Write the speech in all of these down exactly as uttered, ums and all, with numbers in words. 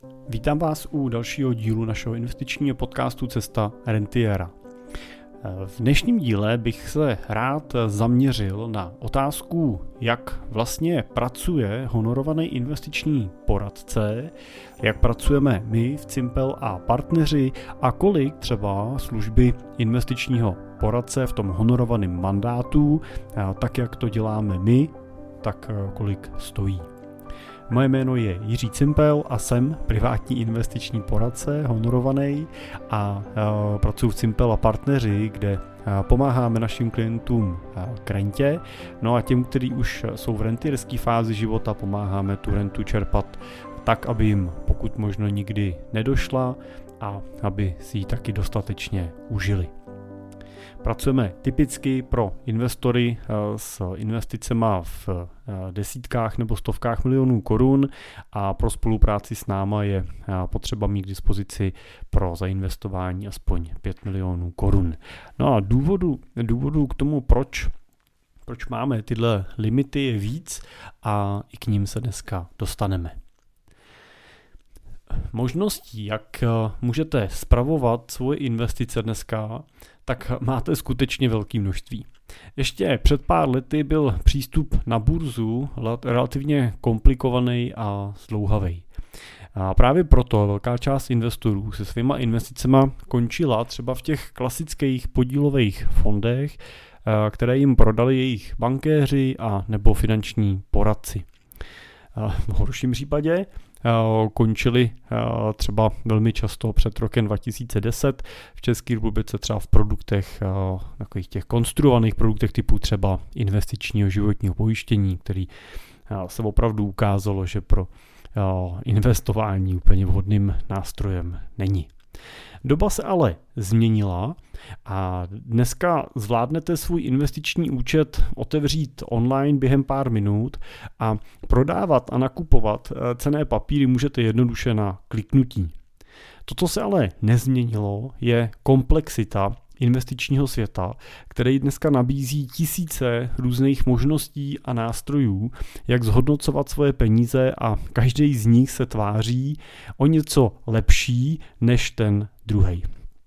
Vítám vás u dalšího dílu našeho investičního podcastu Cesta rentiéra. V dnešním díle bych se rád zaměřil na otázku, jak vlastně pracuje honorovaný investiční poradce, jak pracujeme my v Cimpel a partneři a kolik třeba služby investičního poradce v tom honorovaném mandátu, tak jak to děláme my, tak kolik stojí. Moje jméno je Jiří Cimpel a jsem privátní investiční poradce, honorovaný a uh, pracuji v Cimpel a partneři, kde uh, pomáháme našim klientům uh, k rentě. No a těm, kteří už jsou v rentierské fázi života, pomáháme tu rentu čerpat tak, aby jim pokud možno nikdy nedošla a aby si ji taky dostatečně užili. Pracujeme typicky pro investory s investicemi v desítkách nebo stovkách milionů korun a pro spolupráci s náma je potřeba mít k dispozici pro zainvestování aspoň pět milionů korun. No a důvodu, důvodu k tomu, proč, proč máme tyhle limity, je víc a i k ním se dneska dostaneme. Možností, jak můžete spravovat svoje investice dneska, tak máte skutečně velké množství. Ještě před pár lety byl přístup na burzu relativně komplikovaný a zdlouhavý. A právě proto velká část investorů se svýma investicema končila třeba v těch klasických podílových fondech, které jim prodali jejich bankéři a nebo finanční poradci. V horším případě končili třeba velmi často před rokem dva tisíce deset v České republice třeba v produktech, takových těch konstruovaných produktech typu třeba investičního životního pojištění, který se opravdu ukázalo, že pro investování úplně vhodným nástrojem není. Doba se ale změnila a dneska zvládnete svůj investiční účet otevřít online během pár minut a prodávat a nakupovat cenné papíry můžete jednoduše na kliknutí. To, co se ale nezměnilo, je komplexita investičního světa, který dneska nabízí tisíce různých možností a nástrojů, jak zhodnocovat svoje peníze a každý z nich se tváří o něco lepší než ten druhej.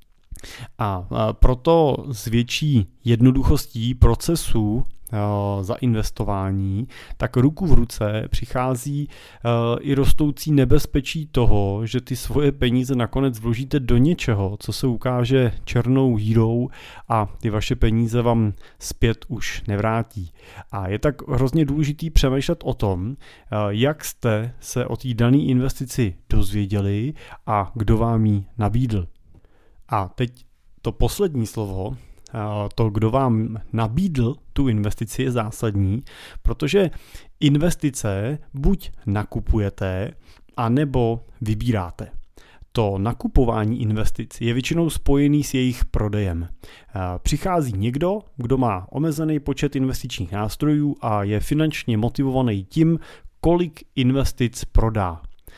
A proto s větší jednoduchostí procesu za investování, tak ruku v ruce přichází i rostoucí nebezpečí toho, že ty svoje peníze nakonec vložíte do něčeho, co se ukáže černou dírou a ty vaše peníze vám zpět už nevrátí. A je tak hrozně důležitý přemýšlet o tom, jak jste se o té dané investici dozvěděli a kdo vám ji nabídl. A teď to poslední slovo, to, kdo vám nabídl tu investici, je zásadní, protože investice buď nakupujete, anebo vybíráte. To nakupování investic je většinou spojený s jejich prodejem. Přichází někdo, kdo má omezený počet investičních nástrojů a je finančně motivovaný tím, kolik investic prodá.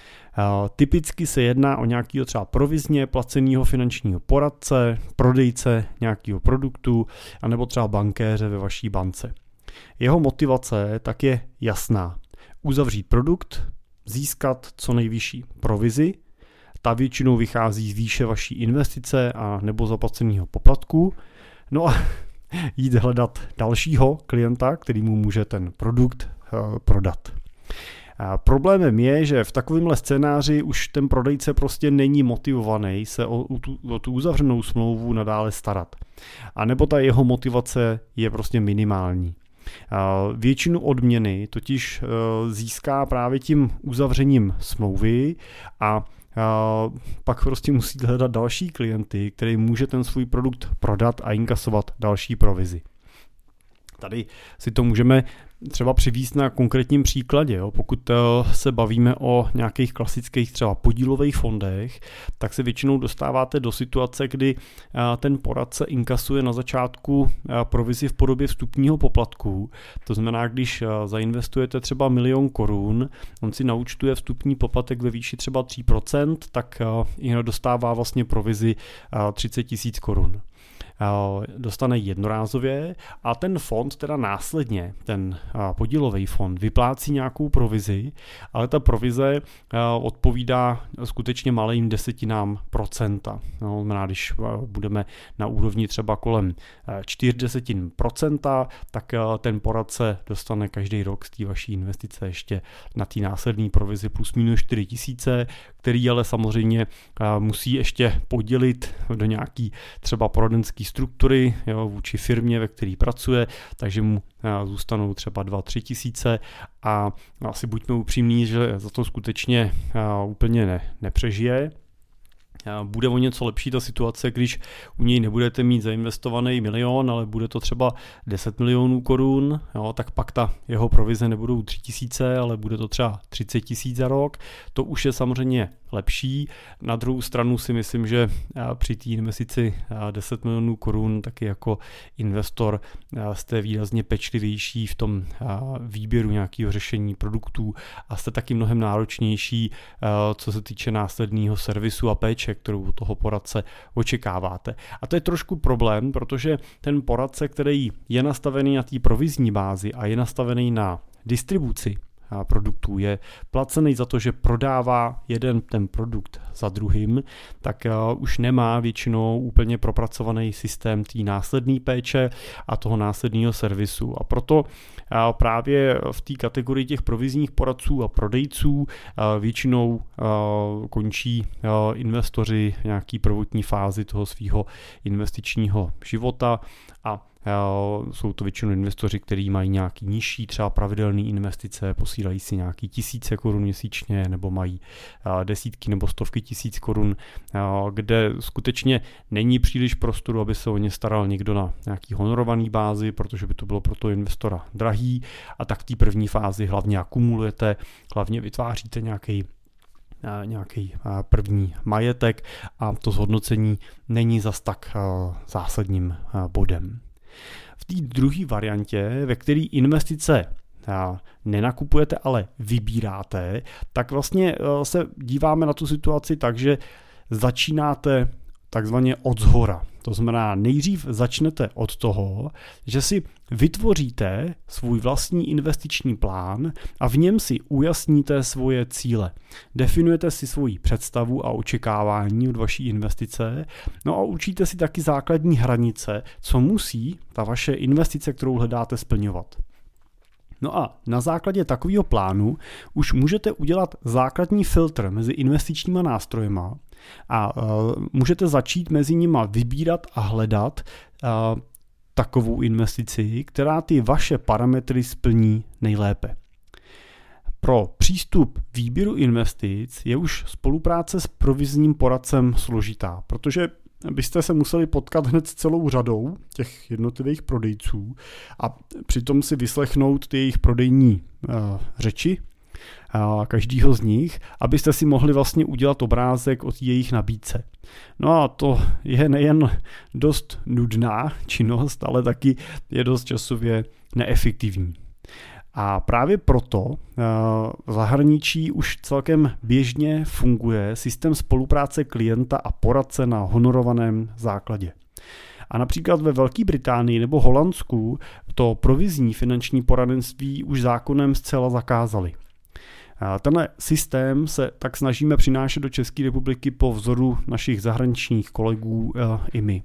Typicky se jedná o nějakého třeba provizně placeného finančního poradce, prodejce nějakého produktu, anebo třeba bankéře ve vaší bance. Jeho motivace tak je jasná. Uzavřít produkt, získat co nejvyšší provizi, ta většinou vychází z výše vaší investice a nebo zaplaceného poplatku, no a jít hledat dalšího klienta, který mu může ten produkt uh, prodat. A problémem je, že v takovémhle scénáři už ten prodejce prostě není motivovaný se o, o, tu, o tu uzavřenou smlouvu nadále starat. A nebo ta jeho motivace je prostě minimální. A většinu odměny totiž získá právě tím uzavřením smlouvy a a pak prostě musí hledat další klienty, který může ten svůj produkt prodat a inkasovat další provizi. Tady si to můžeme třeba přivést na konkrétním příkladě. Jo. Pokud se bavíme o nějakých klasických třeba podílových fondech, tak se většinou dostáváte do situace, kdy ten poradce inkasuje na začátku provizi v podobě vstupního poplatku. To znamená, když zainvestujete třeba milion korun, on si naúčtuje vstupní poplatek ve výši třeba tři procenta, tak dostává vlastně provizi třicet tisíc korun. dostane jednorázově a ten fond teda následně, ten podílový fond, vyplácí nějakou provizi, ale ta provize odpovídá skutečně malým desetinám procenta. No, znamená, když budeme na úrovni třeba kolem čtyři desetin procenta, tak ten poradce dostane každý rok z té vaší investice ještě na té následné provizi plus minus čtyři tisíce, který ale samozřejmě musí ještě podělit do nějaký třeba poradenské struktury, jo, vůči firmě, ve které pracuje, takže mu zůstanou třeba dva tři tisíce a asi buďme upřímní, že za to skutečně úplně ne, nepřežije. Bude o něco lepší ta situace, když u něj nebudete mít zainvestovaný milion, ale bude to třeba deset milionů korun, jo, tak pak ta jeho provize nebudou tři tisíce, ale bude to třeba třicet tisíc za rok. To už je samozřejmě lepší. Na druhou stranu si myslím, že při té investici deset milionů korun taky jako investor jste výrazně pečlivější v tom výběru nějakého řešení produktů a jste taky mnohem náročnější, co se týče následného servisu a péče, kterou od toho poradce očekáváte. A to je trošku problém, protože ten poradce, který je nastavený na té provizní bázi a je nastavený na distribuci produktů, je placený za to, že prodává jeden ten produkt za druhým, tak už nemá většinou úplně propracovaný systém té následné péče a toho následného servisu. A proto právě v té kategorii těch provizních poradců a prodejců většinou končí investoři v nějaký prvotní fázi toho svého investičního života a jsou to většinou investoři, kteří mají nějaký nižší třeba pravidelný investice, posílají si nějaký tisíce korun měsíčně nebo mají desítky nebo stovky tisíc korun, kde skutečně není příliš prostoru, aby se o ně staral někdo na nějaký honorovaný bázi, protože by to bylo pro toho investora drahý a tak v té první fázi hlavně akumulujete, hlavně vytváříte nějaký nějaký první majetek a to zhodnocení není zas tak zásadním bodem. V té druhé variantě, ve které investice nenakupujete, ale vybíráte, tak vlastně se díváme na tu situaci tak, že začínáte takzvaně od zhora. To znamená, nejdřív začnete od toho, že si vytvoříte svůj vlastní investiční plán a v něm si ujasníte svoje cíle. Definujete si svoji představu a očekávání od vaší investice, no a určíte si taky základní hranice, co musí ta vaše investice, kterou hledáte, splňovat. No a na základě takového plánu už můžete udělat základní filtr mezi investičníma nástrojema a uh, můžete začít mezi nima vybírat a hledat uh, takovou investici, která ty vaše parametry splní nejlépe. Pro přístup výběru investic je už spolupráce s provizním poradcem složitá, protože byste se museli potkat hned s celou řadou těch jednotlivých prodejců a přitom si vyslechnout ty jejich prodejní uh, řeči, uh, každýho z nich, abyste si mohli vlastně udělat obrázek o jejich nabídce. No a to je nejen dost nudná činnost, ale taky je dost časově neefektivní. A právě proto v zahraničí už celkem běžně funguje systém spolupráce klienta a poradce na honorovaném základě. A například ve Velké Británii nebo Holandsku to provizní finanční poradenství už zákonem zcela zakázali. Tenhle systém se tak snažíme přinášet do České republiky po vzoru našich zahraničních kolegů i my.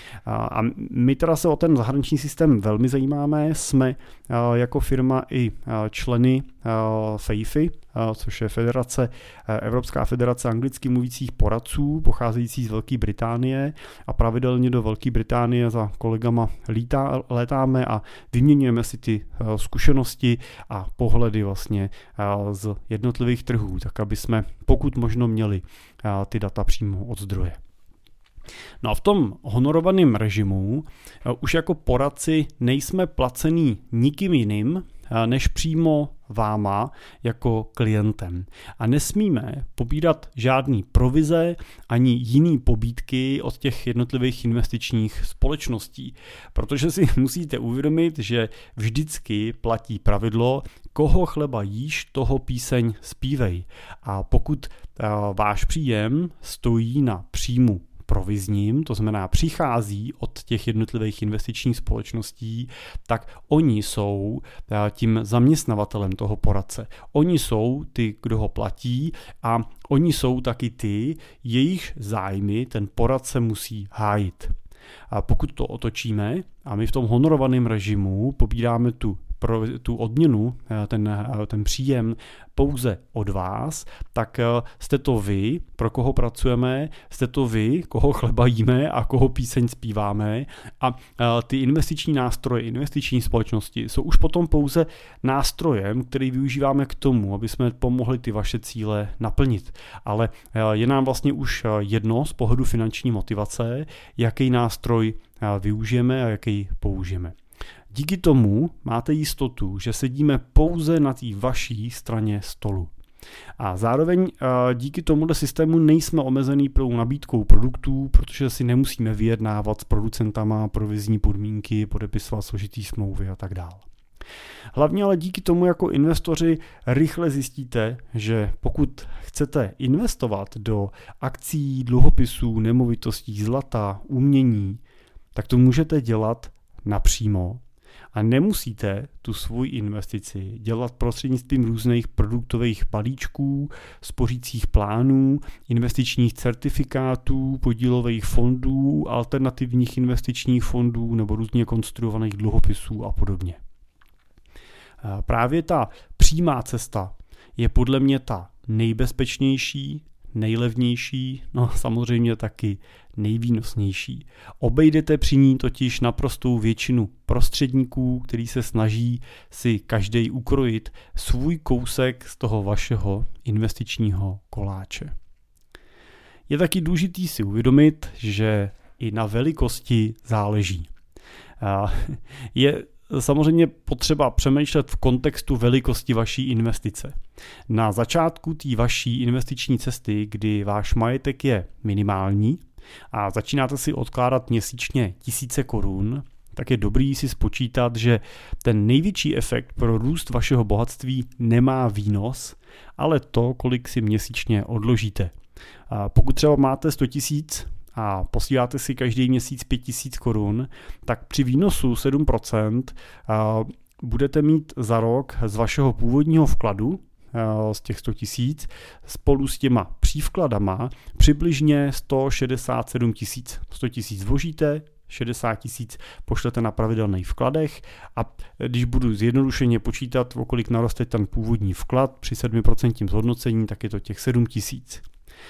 A my teda se o ten zahraniční systém velmi zajímáme, jsme jako firma i členy F E I F I, což je federace, Evropská federace anglicky mluvících poradců, pocházející z Velké Británie a pravidelně do Velké Británie za kolegama lítá, létáme a vyměňujeme si ty zkušenosti a pohledy vlastně z jednotlivých trhů, tak aby jsme pokud možno měli ty data přímo od zdroje. No a v tom honorovaném režimu už jako poradci nejsme placení nikým jiným, než přímo váma jako klientem. A nesmíme pobírat žádný provize ani jiný pobídky od těch jednotlivých investičních společností, protože si musíte uvědomit, že vždycky platí pravidlo, koho chleba jíš, toho píseň zpívej. A pokud váš příjem stojí na příjmu provizním, to znamená přichází od těch jednotlivých investičních společností, tak oni jsou tím zaměstnavatelem toho poradce. Oni jsou ty, kdo ho platí a oni jsou taky ty, jejich zájmy ten poradce musí hájit. A pokud to otočíme a my v tom honorovaném režimu pobíráme tu pro tu odměnu, ten, ten příjem pouze od vás, tak jste to vy, pro koho pracujeme, jste to vy, koho chleba jíme a koho píseň zpíváme a ty investiční nástroje, investiční společnosti jsou už potom pouze nástrojem, který využíváme k tomu, aby jsme pomohli ty vaše cíle naplnit. Ale je nám vlastně už jedno z pohledu finanční motivace, jaký nástroj využijeme a jaký použijeme. Díky tomu máte jistotu, že sedíme pouze na té vaší straně stolu. A zároveň díky tomuhle systému nejsme omezený pro nabídkou produktů, protože si nemusíme vyjednávat s producentama provizní podmínky, podepisovat složitý smlouvy a tak dále. Hlavně ale díky tomu jako investoři rychle zjistíte, že pokud chcete investovat do akcií, dluhopisů, nemovitostí, zlata, umění, tak to můžete dělat napřímo. A nemusíte tu svoji investici dělat prostřednictvím různých produktových balíčků, spořících plánů, investičních certifikátů, podílových fondů, alternativních investičních fondů nebo různě konstruovaných dluhopisů a podobně. Právě ta přímá cesta je podle mě ta nejbezpečnější, nejlevnější, no samozřejmě taky nejvýnosnější. Obejdete při ní totiž naprostou většinu prostředníků, který se snaží si každý ukrojit svůj kousek z toho vašeho investičního koláče. Je taky důležitý si uvědomit, že i na velikosti záleží. Je samozřejmě potřeba přemýšlet v kontextu velikosti vaší investice. Na začátku té vaší investiční cesty, kdy váš majetek je minimální a začínáte si odkládat měsíčně tisíce korun, tak je dobrý si spočítat, že ten největší efekt pro růst vašeho bohatství nemá výnos, ale to, kolik si měsíčně odložíte. A pokud třeba máte sto tisíc a posíláte si každý měsíc pět tisíc korun, tak při výnosu sedm procent budete mít za rok z vašeho původního vkladu z těch sto tisíc spolu s těma přívkladama přibližně sto šedesát sedm tisíc. sto tisíc vložíte, šedesát tisíc pošlete na pravidelných vkladech a když budu zjednodušeně počítat, o kolik naroste ten původní vklad při sedm procent zhodnocení, tak je to těch sedm tisíc.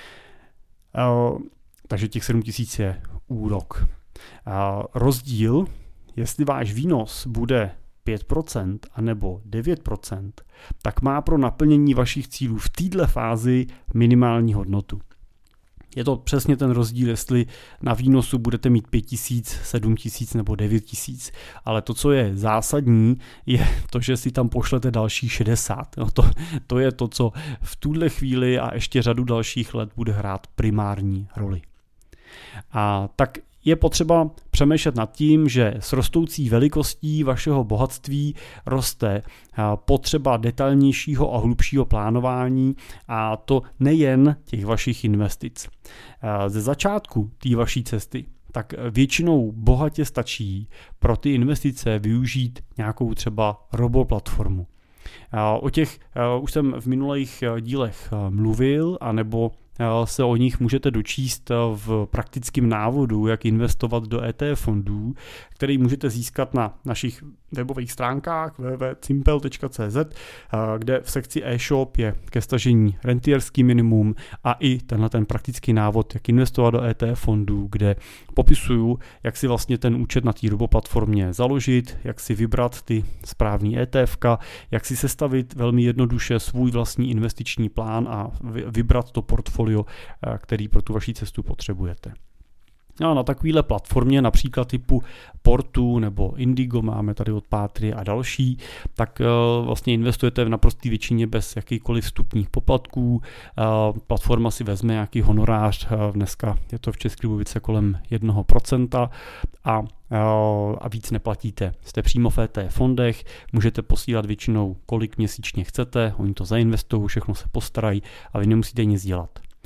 Takže těch sedm tisíc je úrok. Rozdíl, jestli váš výnos bude pět procent anebo devět procent, tak má pro naplnění vašich cílů v této fázi minimální hodnotu. Je to přesně ten rozdíl, jestli na výnosu budete mít pět tisíc, sedm tisíc nebo devět tisíc, ale to, co je zásadní, je to, že si tam pošlete další šedesát. No to, to je to, co v tuhle chvíli a ještě řadu dalších let bude hrát primární roli. A tak je potřeba přemýšlet nad tím, že s rostoucí velikostí vašeho bohatství roste potřeba detailnějšího a hlubšího plánování a to nejen těch vašich investic. Ze začátku té vaší cesty tak většinou bohatě stačí pro ty investice využít nějakou třeba roboplatformu. O těch už jsem v minulých dílech mluvil, anebo se o nich můžete dočíst v praktickém návodu, jak investovat do E T F fondů, který můžete získat na našich webových stránkách w w w tečka cimpel tečka c z, kde v sekci e-shop je ke stažení rentierský minimum a i tenhle ten praktický návod, jak investovat do E T F fondů, kde popisuju, jak si vlastně ten účet na té roboplatformě založit, jak si vybrat ty správný E T F ka, jak si sestavit velmi jednoduše svůj vlastní investiční plán a vybrat to portfolio, který pro tu vaši cestu potřebujete. No, na takovéhle platformě, například typu Portu nebo Indigo, máme tady od Pátry a další, tak uh, vlastně investujete v naprosté většině bez jakýchkoliv vstupních poplatků. Uh, platforma si vezme nějaký honorář, uh, dneska je to v České republice kolem jednoho procenta a, uh, a víc neplatíte. Jste přímo v E T F fondech, můžete posílat většinou kolik měsíčně chcete, oni to zainvestují, všechno se postarají a vy nemusíte nic dělat.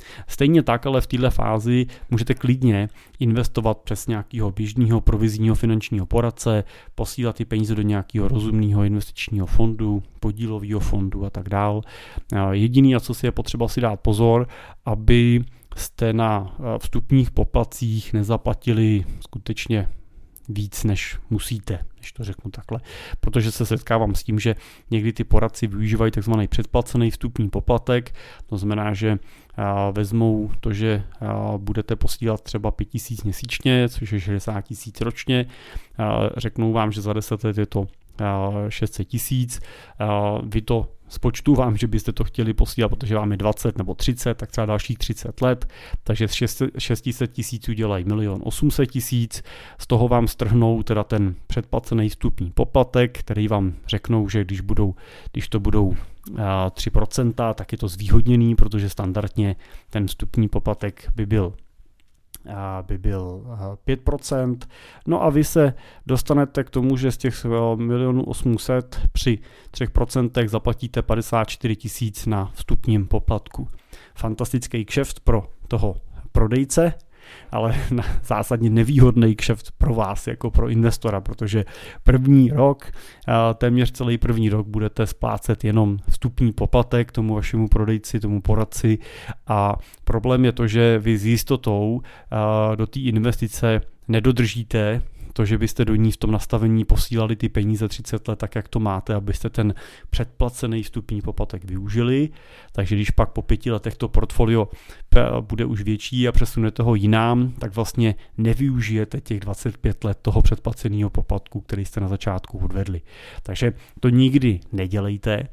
Stejně tak, ale v této fázi můžete klidně investovat přes nějakého běžného provizního finančního poradce, posílat ty peníze do nějakého rozumného investičního fondu, podílového fondu a tak dál. Jediný, na co si je potřeba si dát pozor, aby jste na vstupních poplatcích nezaplatili skutečně víc, než musíte, než to řeknu takhle. Protože se setkávám s tím, že někdy ty poradci využívají takzvaný předplacený vstupní poplatek, to znamená, že vezmou to, že budete posílat třeba pět tisíc měsíčně, což je šedesát tisíc ročně, řeknou vám, že za deset let je to šest set tisíc, vy to spočtu vám, že byste to chtěli posílat, protože vám je dvacet nebo třicet, tak třeba dalších třicet let, takže z šest set tisíc udělají milion osm set tisíc, z toho vám strhnou teda ten předplacený vstupní poplatek, který vám řeknou, že když, budou, když to budou tři procenta, tak je to zvýhodněný, protože standardně ten vstupní poplatek by byl by byl pět procent. No a vy se dostanete k tomu, že z těch milionu osm set při tři procenta zaplatíte padesát čtyři tisíc na vstupním poplatku. Fantastický kšeft pro toho prodejce, ale zásadně nevýhodný kšeft pro vás jako pro investora, protože první rok, téměř celý první rok budete splácet jenom vstupní poplatek tomu vašemu prodejci, tomu poradci a problém je to, že vy s jistotou do té investice nedodržíte to, že byste do ní v tom nastavení posílali ty peníze třicet let tak, jak to máte, abyste ten předplacený vstupní poplatek využili. Takže když pak po pěti letech to portfolio bude už větší a přesunete ho jinam, tak vlastně nevyužijete těch dvacet pět let toho předplaceného poplatku, který jste na začátku odvedli. Takže to nikdy nedělejte.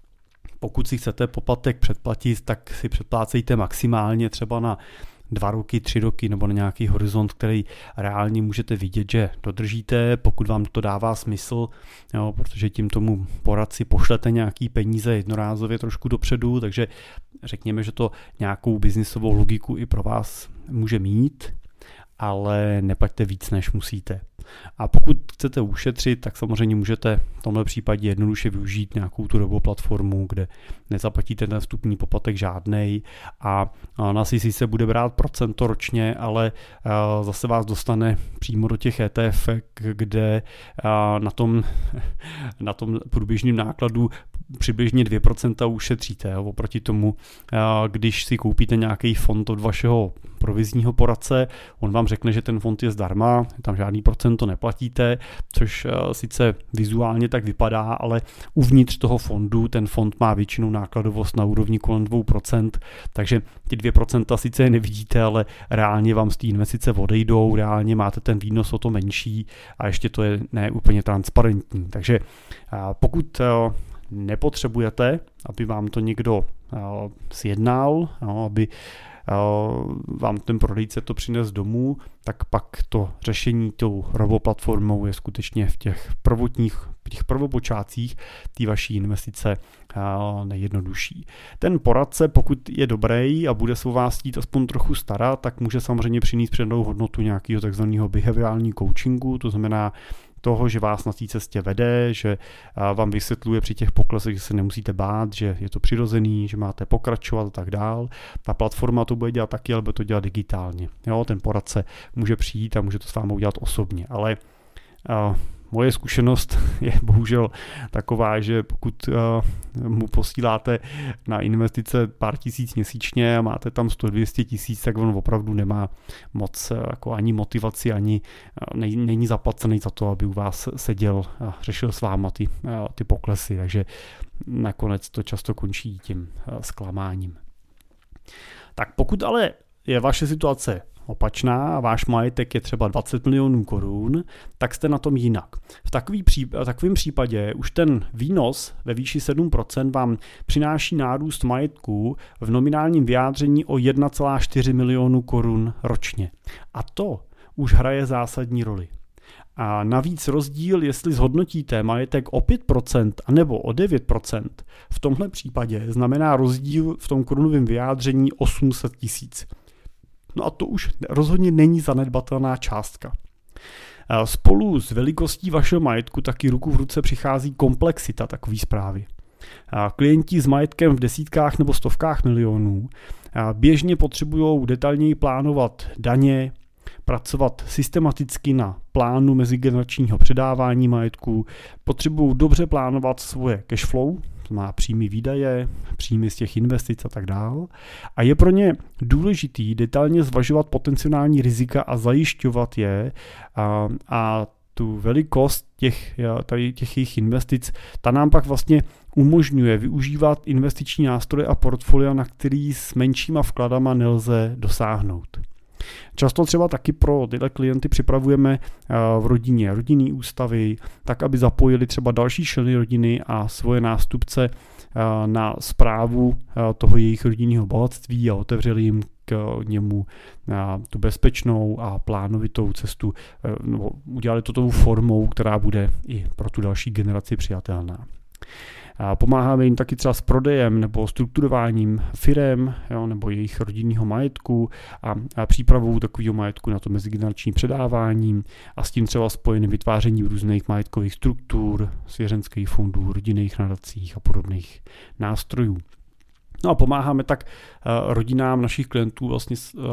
Pokud si chcete poplatek předplatit, tak si předplácejte maximálně třeba na dva roky, tři roky nebo na nějaký horizont, který reálně můžete vidět, že dodržíte, pokud vám to dává smysl, jo, protože tím tomu poradci pošlete nějaký peníze jednorázově trošku dopředu, takže řekněme, že to nějakou biznisovou logiku i pro vás může mít, ale neplaťte víc, než musíte. A pokud chcete ušetřit, tak samozřejmě můžete v tomhle případě jednoduše využít nějakou tu roboplatformu, kde nezaplatíte ten vstupní poplatek žádnej a na C C se bude brát procento ročně, ale zase vás dostane přímo do těch E T F, kde na tom, na tom průběžném nákladu přibližně dvě procenta ušetříte. Jo. Oproti tomu, když si koupíte nějaký fond od vašeho provizního poradce, on vám řekne, že ten fond je zdarma, tam žádný procento neplatíte, což sice vizuálně tak vypadá, ale uvnitř toho fondu ten fond má většinou nákladovost na úrovni kolem dvě procenta, takže ty dvě procenta sice nevidíte, ale reálně vám z té investice odejdou, reálně máte ten výnos o to menší a ještě to je ne úplně transparentní. Takže pokud nepotřebujete, aby vám to někdo sjednal, aby vám ten prodejce to přines domů, tak pak to řešení tou roboplatformou je skutečně v těch prvotních, v těch prvopočátcích té vaší investice nejjednodušší. Ten poradce, pokud je dobrý a bude se o vás chtít aspoň trochu starat, tak může samozřejmě přinést přednou hodnotu nějakého takzvaného behaviorální coachingu, to znamená toho, že vás na té cestě vede, že vám vysvětluje při těch poklesech, že se nemusíte bát, že je to přirozený, že máte pokračovat a tak dál. Ta platforma to bude dělat taky, ale bude to dělat digitálně. Jo, ten poradce může přijít a může to s vámi udělat osobně, ale uh, moje zkušenost je bohužel taková, že pokud uh, mu posíláte na investice pár tisíc měsíčně a máte tam sto dvě stě tisíc, tak on opravdu nemá moc uh, jako ani motivaci, ani uh, ne, není zaplacený za to, aby u vás seděl a řešil s váma ty, uh, ty poklesy, takže nakonec to často končí tím uh, zklamáním. Tak pokud ale je vaše situace opačná a váš majetek je třeba dvacet milionů korun, tak jste na tom jinak. V takový příp- takovém případě už ten výnos ve výši sedm procent vám přináší nárůst majetku v nominálním vyjádření o jedna celá čtyři milionu korun ročně. A to už hraje zásadní roli. A navíc rozdíl, jestli zhodnotíte majetek o pět procent anebo o devět procent, v tomhle případě znamená rozdíl v tom korunovém vyjádření osm set tisíc. No a to už rozhodně není zanedbatelná částka. Spolu s velikostí vašeho majetku taky ruku v ruce přichází komplexita takové zprávy. Klienti s majetkem v desítkách nebo stovkách milionů běžně potřebují detailněji plánovat daně, pracovat systematicky na plánu mezigeneračního předávání majetku, potřebují dobře plánovat svoje cash flow, to má příjmy výdaje, příjmy z těch investic a tak dál. A je pro ně důležitý detailně zvažovat potenciální rizika a zajišťovat je a, a tu velikost těch, tady těch jejich investic, ta nám pak vlastně umožňuje využívat investiční nástroje a portfolia, na který s menšíma vkladama nelze dosáhnout. Často třeba taky pro tyhle klienty připravujeme v rodině rodinný ústavy, tak aby zapojili třeba další členy rodiny a svoje nástupce na správu toho jejich rodinného bohatství a otevřeli jim k němu tu bezpečnou a plánovitou cestu, nebo udělali to tou formou, která bude i pro tu další generaci přijatelná. Pomáháme jim taky třeba s prodejem nebo strukturováním firem, jo, nebo jejich rodinného majetku a, a přípravou takového majetku na to mezigenerační předávání a s tím třeba spojeným vytvářením různých majetkových struktur, svěřenských fondů, rodinných nadacích a podobných nástrojů. No a pomáháme tak uh, rodinám našich klientů vlastně uh,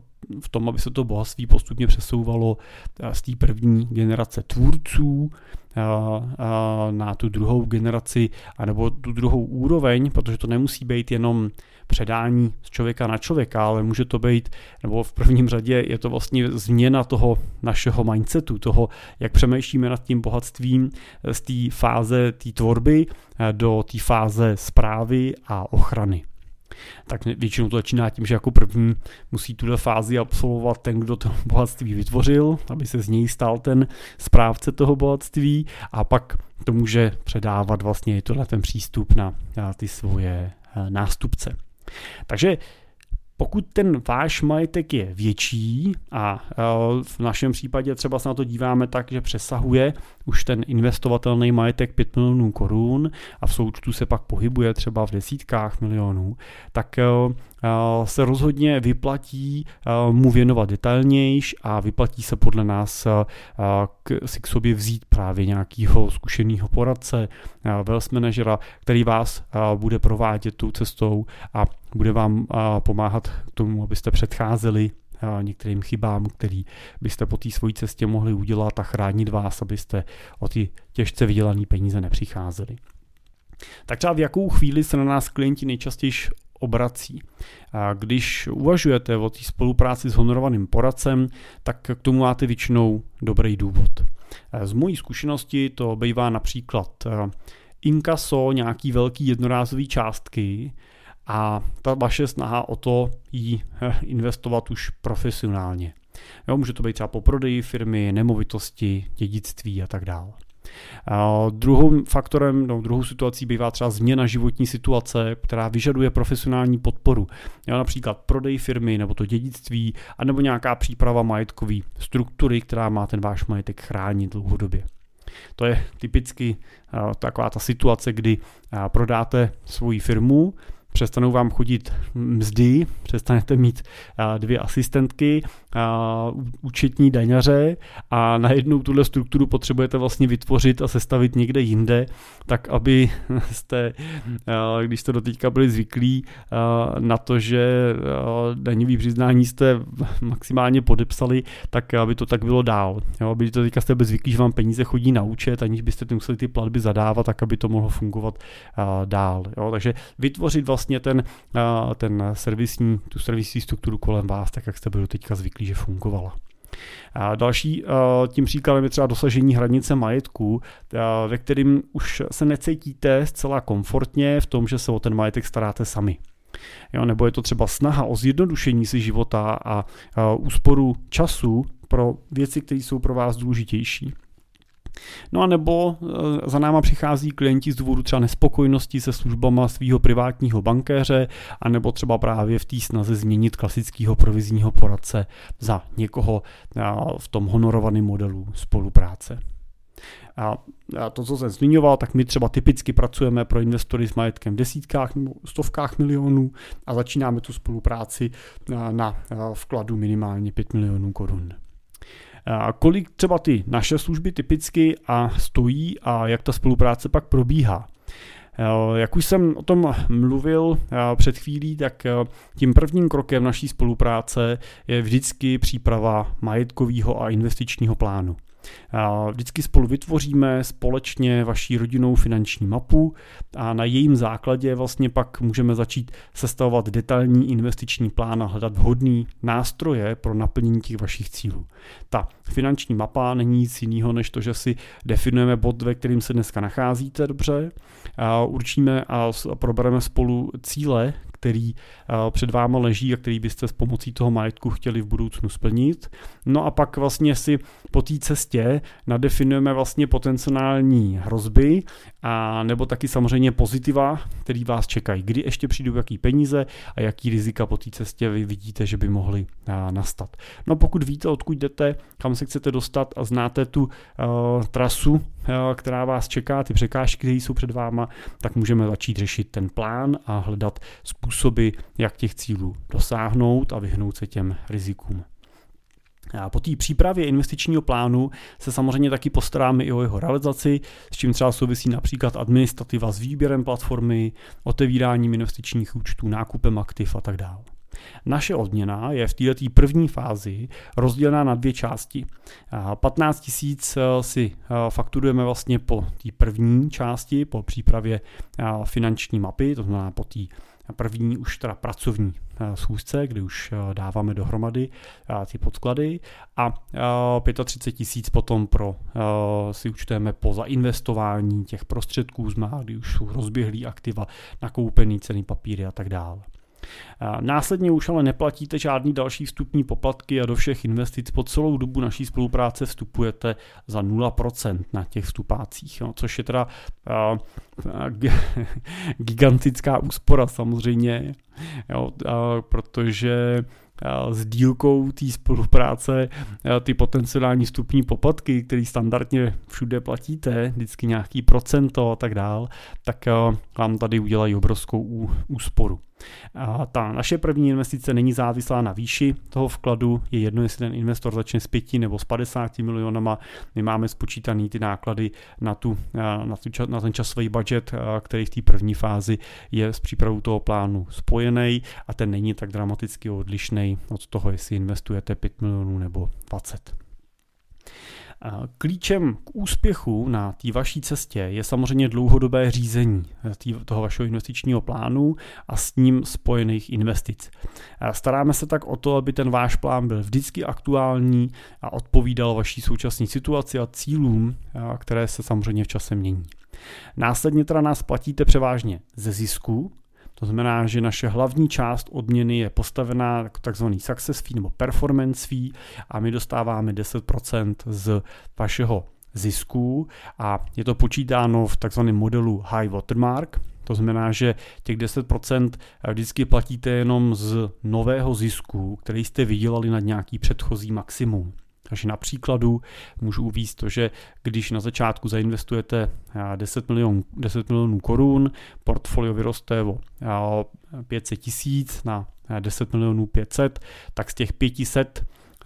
v tom, aby se to bohatství postupně přesouvalo uh, z té první generace tvůrců uh, uh, na tu druhou generaci, anebo tu druhou úroveň, protože to nemusí být jenom předání z člověka na člověka, ale může to být, nebo v prvním řadě je to vlastně změna toho našeho mindsetu, toho, jak přemýšlíme nad tím bohatstvím z té fáze té tvorby do té fáze správy a ochrany. Tak většinou to začíná tím, že jako první musí tuhle fázi absolvovat ten, kdo to bohatství vytvořil, aby se z něj stal ten správce toho bohatství a pak to může předávat vlastně tohle ten přístup na, na ty svoje nástupce. Takže pokud ten váš majetek je větší a v našem případě třeba se na to díváme tak, že přesahuje už ten investovatelný majetek pět milionů korun a v součtu se pak pohybuje třeba v desítkách milionů, tak se rozhodně vyplatí mu věnovat detailnějš a vyplatí se podle nás si k sobě vzít právě nějakého zkušeného poradce, wealth managera, který vás bude provádět tou cestou a bude vám pomáhat k tomu, abyste předcházeli některým chybám, který byste po té své cestě mohli udělat a chránit vás, abyste o ty těžce vydělané peníze nepřicházeli. Tak třeba v jakou chvíli se na nás klienti nejčastěji obrací. Když uvažujete o té spolupráci s honorovaným poradcem, tak k tomu máte většinou dobrý důvod. Z mojí zkušenosti to bývá například inkaso nějaký velký jednorázový částky a ta vaše snaha o to jí investovat už profesionálně. Jo, může to být třeba po prodeji firmy, nemovitosti, dědictví a tak dále. Druhým faktorem, no, druhou situací bývá třeba změna životní situace, která vyžaduje profesionální podporu. Jo, například prodej firmy nebo to dědictví, anebo nějaká příprava majetkové struktury, která má ten váš majetek chránit dlouhodobě. To je typicky uh, taková ta situace, kdy uh, prodáte svoji firmu, přestanou vám chodit mzdy, přestanete mít uh, dvě asistentky, uh, účetní daňaře a najednou tuhle strukturu potřebujete vlastně vytvořit a sestavit někde jinde, tak aby jste, uh, když jste doteďka byli zvyklí uh, na to, že uh, daňový přiznání jste maximálně podepsali, tak aby to tak bylo dál. Jo, aby to teďka jste zvyklí, že vám peníze chodí na účet, aniž byste ty museli ty platby zadávat, tak aby to mohlo fungovat uh, dál. Jo, takže vytvořit vlastně vlastně ten, ten servisní, tu servisní strukturu kolem vás, tak jak jste byli teďka zvyklí, že fungovala. A další tím příkladem je třeba dosažení hranice majetku, ve kterým už se necítíte zcela komfortně v tom, že se o ten majetek staráte sami. Jo, nebo je to třeba snaha o zjednodušení si života a úsporu času pro věci, které jsou pro vás důležitější. No a nebo za náma přichází klienti z důvodu třeba nespokojenosti se službama svého privátního bankéře, a nebo třeba právě v té snaze změnit klasického provizního poradce za někoho v tom honorovaném modelu spolupráce. A to, co jsem zmiňoval, tak my třeba typicky pracujeme pro investory s majetkem v desítkách nebo stovkách milionů a začínáme tu spolupráci na vkladu minimálně pět milionů korun. A kolik třeba ty naše služby typicky a stojí a jak ta spolupráce pak probíhá. Jak už jsem o tom mluvil před chvílí, tak tím prvním krokem naší spolupráce je vždycky příprava majetkového a investičního plánu. Vždycky spolu vytvoříme společně vaší rodinnou finanční mapu a na jejím základě vlastně pak můžeme začít sestavovat detailní investiční plán a hledat vhodný nástroje pro naplnění těch vašich cílů. Ta finanční mapa není nic jiného, než to, že si definujeme bod, ve kterým se dneska nacházíte dobře, a určíme a probereme spolu cíle, který před váma leží a který byste s pomocí toho majetku chtěli v budoucnu splnit. No a pak vlastně si po té cestě nadefinujeme vlastně potenciální hrozby a nebo taky samozřejmě pozitiva, který vás čekají. Kdy ještě přijdou jaký peníze a jaký rizika po té cestě vy vidíte, že by mohly nastat. No pokud víte, odkud jdete, kam se chcete dostat a znáte tu uh, trasu, uh, která vás čeká, ty překážky, které jsou před váma, tak můžeme začít řešit ten plán a hledat způsoby, jak těch cílů dosáhnout a vyhnout se těm rizikům. A po té přípravě investičního plánu se samozřejmě taky postaráme i o jeho realizaci, s čím třeba souvisí například administrativa s výběrem platformy, otevíráním investičních účtů, nákupem aktiv a tak dále. Naše odměna je v této první fázi rozdělená na dvě části. patnáct tisíc si fakturujeme vlastně po té první části, po přípravě finanční mapy, to znamená po té první už teda pracovní schůzce, kdy už dáváme dohromady ty podklady a třicet pět tisíc potom pro si účtujeme po zainvestování těch prostředků, znamená, kdy už jsou rozběhlý aktiva, nakoupený cenný papíry a tak dále. Následně už ale neplatíte žádný další vstupní poplatky a do všech investic po celou dobu naší spolupráce vstupujete za nula procent na těch vstupácích, no, což je teda uh, gigantická úspora samozřejmě, jo, uh, protože s dílkou té spolupráce ty potenciální vstupní poplatky, které standardně všude platíte, vždycky nějaký procento a tak dál, tak vám tady udělají obrovskou úsporu. A ta naše první investice není závislá na výši toho vkladu, je jedno, jestli ten investor začne s pěti nebo s padesáti milionama, my máme spočítaný ty náklady na, tu, na, tu, na ten časový budget, který v té první fázi je s přípravou toho plánu spojený a ten není tak dramaticky odlišný od toho, jestli investujete pět milionů nebo dvacet. Klíčem k úspěchu na té vaší cestě je samozřejmě dlouhodobé řízení toho vašeho investičního plánu a s ním spojených investic. Staráme se tak o to, aby ten váš plán byl vždycky aktuální a odpovídal vaší současné situaci a cílům, které se samozřejmě v čase mění. Následně teda nás platíte převážně ze zisku. To znamená, že naše hlavní část odměny je postavená jako takzvaný success fee nebo performance fee a my dostáváme deset procent z vašeho zisku a je to počítáno v takzvaném modelu high watermark. To znamená, že těch deset procent vždycky platíte jenom z nového zisku, který jste vydělali nad nějaký předchozí maximum. Takže na příkladu můžu uvést to, že když na začátku zainvestujete deset milionů, deset milionů korun, portfolio vyroste o pět set tisíc na deset milionů pět set, tak z těch pět set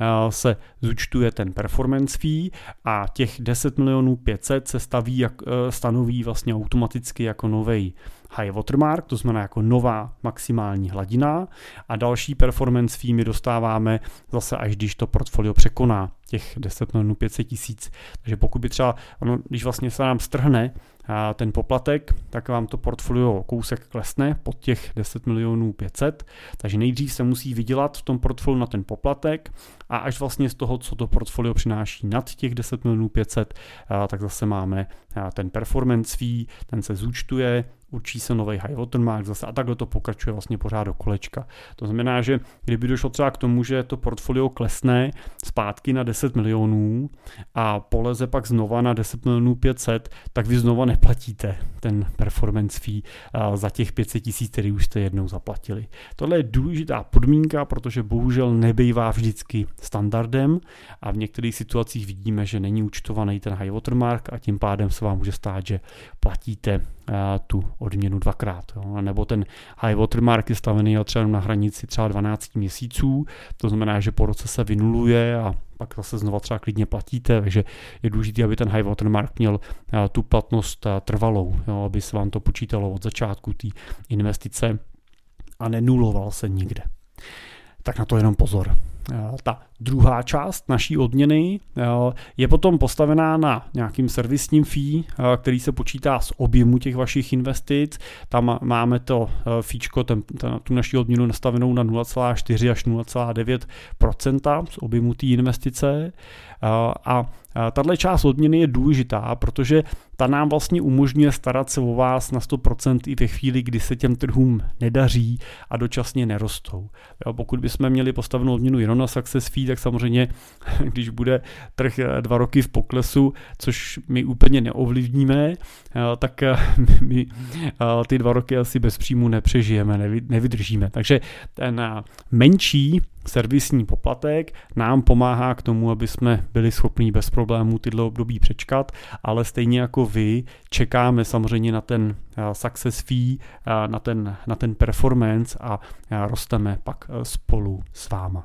se zúčtuje ten performance fee a těch deset milionů pět set se staví, jak, stanoví vlastně automaticky jako nový high watermark, to znamená jako nová maximální hladina a další performance fee my dostáváme zase až když to portfolio překoná těch deset milionů pět set tisíc. Takže pokud by třeba, ono, když vlastně se nám strhne ten poplatek, tak vám to portfolio kousek klesne pod těch deset milionů pět set, takže nejdřív se musí vydělat v tom portfoliu na ten poplatek a až vlastně z toho, co to portfolio přináší nad těch deset milionů pět set, tak zase máme ten performance fee, ten se zúčtuje, určí se nový high watermark zase a takhle to pokračuje vlastně pořád do kolečka. To znamená, že kdyby došlo třeba k tomu, že to portfolio klesne zpátky na deset milionů a poleze pak znova na deset milionů pět set, tak vy znova neplatíte ten performance fee za těch pět set tisíc, který už jste jednou zaplatili. Tohle je důležitá podmínka, protože bohužel nebejvá vždycky standardem a v některých situacích vidíme, že není účtovaný ten high watermark a tím pádem se vám může stát, že platíte tu odměnu dvakrát. Jo. Nebo ten high watermark je stavený třeba na hranici třeba dvanáct měsíců, to znamená, že po roce se vynuluje a pak zase znova třeba klidně platíte, takže je důležité, aby ten high watermark měl tu platnost trvalou, jo, aby se vám to počítalo od začátku té investice a nenuloval se nikde. Tak na to jenom pozor. Ta druhá část naší odměny je potom postavená na nějakým servisním fee, který se počítá z objemu těch vašich investic. Tam máme to fíčko, ten, ten, tu naši odměnu nastavenou na nula celá čtyři až nula celá devět procenta z objemu té investice. A tahle část odměny je důležitá, protože ta nám vlastně umožňuje starat se o vás na sto procent i ve chvíli, kdy se těm trhům nedaří a dočasně nerostou. Jo, pokud bychom měli postavenou odměnu jenom na success fee, tak samozřejmě, když bude trh dva roky v poklesu, což my úplně neovlivníme, tak my ty dva roky asi bez příjmu nepřežijeme, nevydržíme. Takže ten menší servisní poplatek nám pomáhá k tomu, aby jsme byli schopni bez problémů tyhle období přečkat, ale stejně jako vy čekáme samozřejmě na ten success fee, na ten, na ten performance a rosteme pak spolu s váma.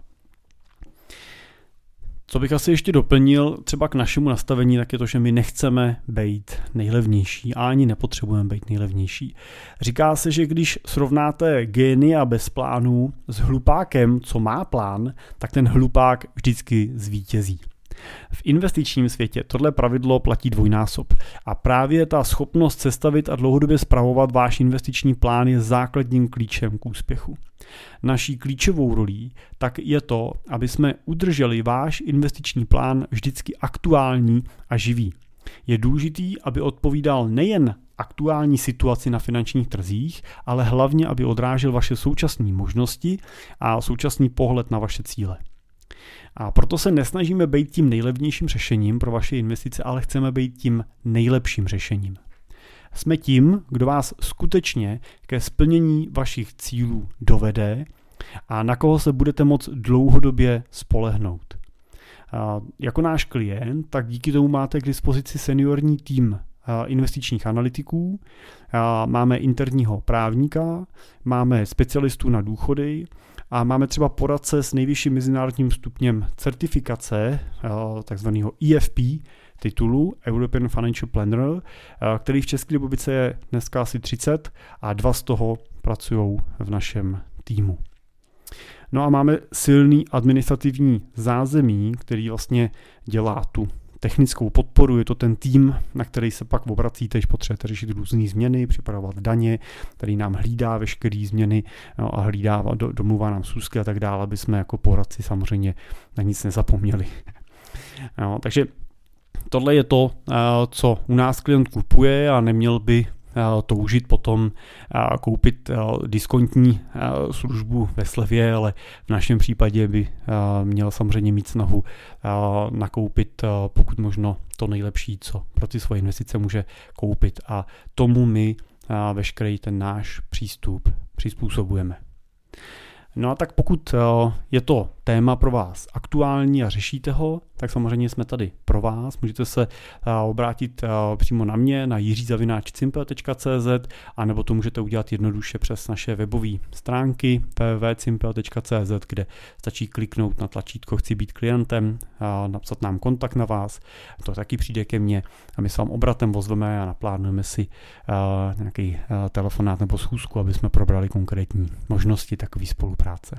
Co bych asi ještě doplnil třeba k našemu nastavení, tak je to, že my nechceme být nejlevnější a ani nepotřebujeme být nejlevnější. Říká se, že když srovnáte génia bez plánu s hlupákem, co má plán, tak ten hlupák vždycky zvítězí. V investičním světě tohle pravidlo platí dvojnásob a právě ta schopnost sestavit a dlouhodobě spravovat váš investiční plán je základním klíčem k úspěchu. Naší klíčovou rolí tak je to, aby jsme udrželi váš investiční plán vždycky aktuální a živý. Je důležitý, aby odpovídal nejen aktuální situaci na finančních trzích, ale hlavně, aby odrážel vaše současné možnosti a současný pohled na vaše cíle. A proto se nesnažíme být tím nejlevnějším řešením pro vaše investice, ale chceme být tím nejlepším řešením. Jsme tím, kdo vás skutečně ke splnění vašich cílů dovede a na koho se budete moct dlouhodobě spolehnout. A jako náš klient, tak díky tomu máte k dispozici seniorní tým investičních analytiků, máme interního právníka, máme specialistů na důchody a máme třeba poradce s nejvyšším mezinárodním stupněm certifikace, takzvaného E F P titulu, European Financial Planner, který v České republice je dneska asi třicet a dva z toho pracují v našem týmu. No a máme silný administrativní zázemí, který vlastně dělá tu technickou podporu, je to ten tým, na který se pak obracíte, když potřebujete řešit různé změny, připravovat daně, který nám hlídá veškeré změny no, a hlídá, do, domluvá nám schůzky a tak dále, aby jsme jako poradci samozřejmě na nic nezapomněli. No, takže tohle je to, co u nás klient kupuje a neměl by toužit potom koupit diskontní službu ve slevě, ale v našem případě by měl samozřejmě mít snahu nakoupit pokud možno to nejlepší, co pro ty svoje investice může koupit a tomu my veškerý ten náš přístup přizpůsobujeme. No a tak pokud je to téma pro vás aktuální a řešíte ho, tak samozřejmě jsme tady pro vás. Můžete se obrátit přímo na mě, na jiří zavináč cimpel tečka cé zet, anebo to můžete udělat jednoduše přes naše webové stránky w w w tečka cimpel tečka cé zet, kde stačí kliknout na tlačítko Chci být klientem, napsat nám kontakt na vás. To taky přijde ke mně a my se vám obratem ozveme a naplánujeme si nějaký telefonát nebo schůzku, aby jsme probrali konkrétní možnosti takové spolupráce.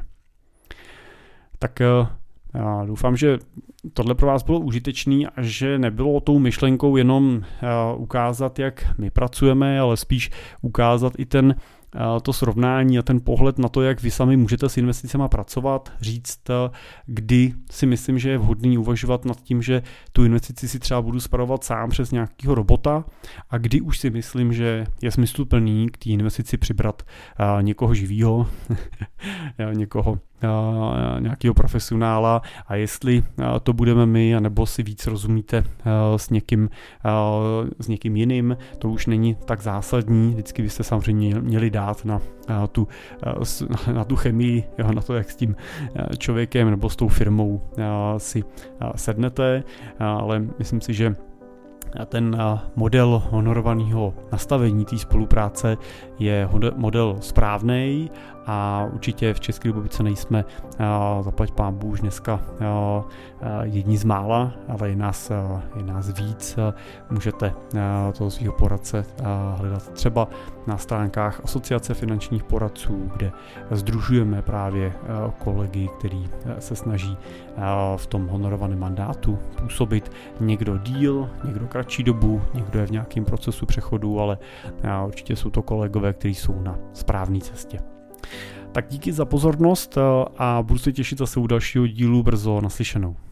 Tak já doufám, že tohle pro vás bylo užitečný a že nebylo tou myšlenkou jenom ukázat, jak my pracujeme, ale spíš ukázat i ten to srovnání a ten pohled na to, jak vy sami můžete s investicemi pracovat, říct, kdy si myslím, že je vhodný uvažovat nad tím, že tu investici si třeba budu spravovat sám přes nějakého robota a kdy už si myslím, že je smysluplný k té investici přibrat někoho živýho, někoho nějakého profesionála a jestli to budeme my, anebo si víc rozumíte s někým, s někým jiným, to už není tak zásadní, vždycky byste samozřejmě měli dát na tu, na tu chemii, na to, jak s tím člověkem nebo s tou firmou si sednete, ale myslím si, že ten model honorovaného nastavení té spolupráce je model správný a určitě v České republice nejsme, zaplať pánbůh, už dneska jedni z mála, ale je nás, je nás víc. Můžete toho svého poradce hledat třeba na stránkách Asociace finančních poradců, kde sdružujeme právě kolegy, který se snaží v tom honorovaném mandátu působit, někdo díl, někdo kratší dobu, někdo je v nějakém procesu přechodu, ale určitě jsou to kolegové, kteří jsou na správné cestě. Tak díky za pozornost a budu se těšit zase u dalšího dílu brzo. Naslyšenou.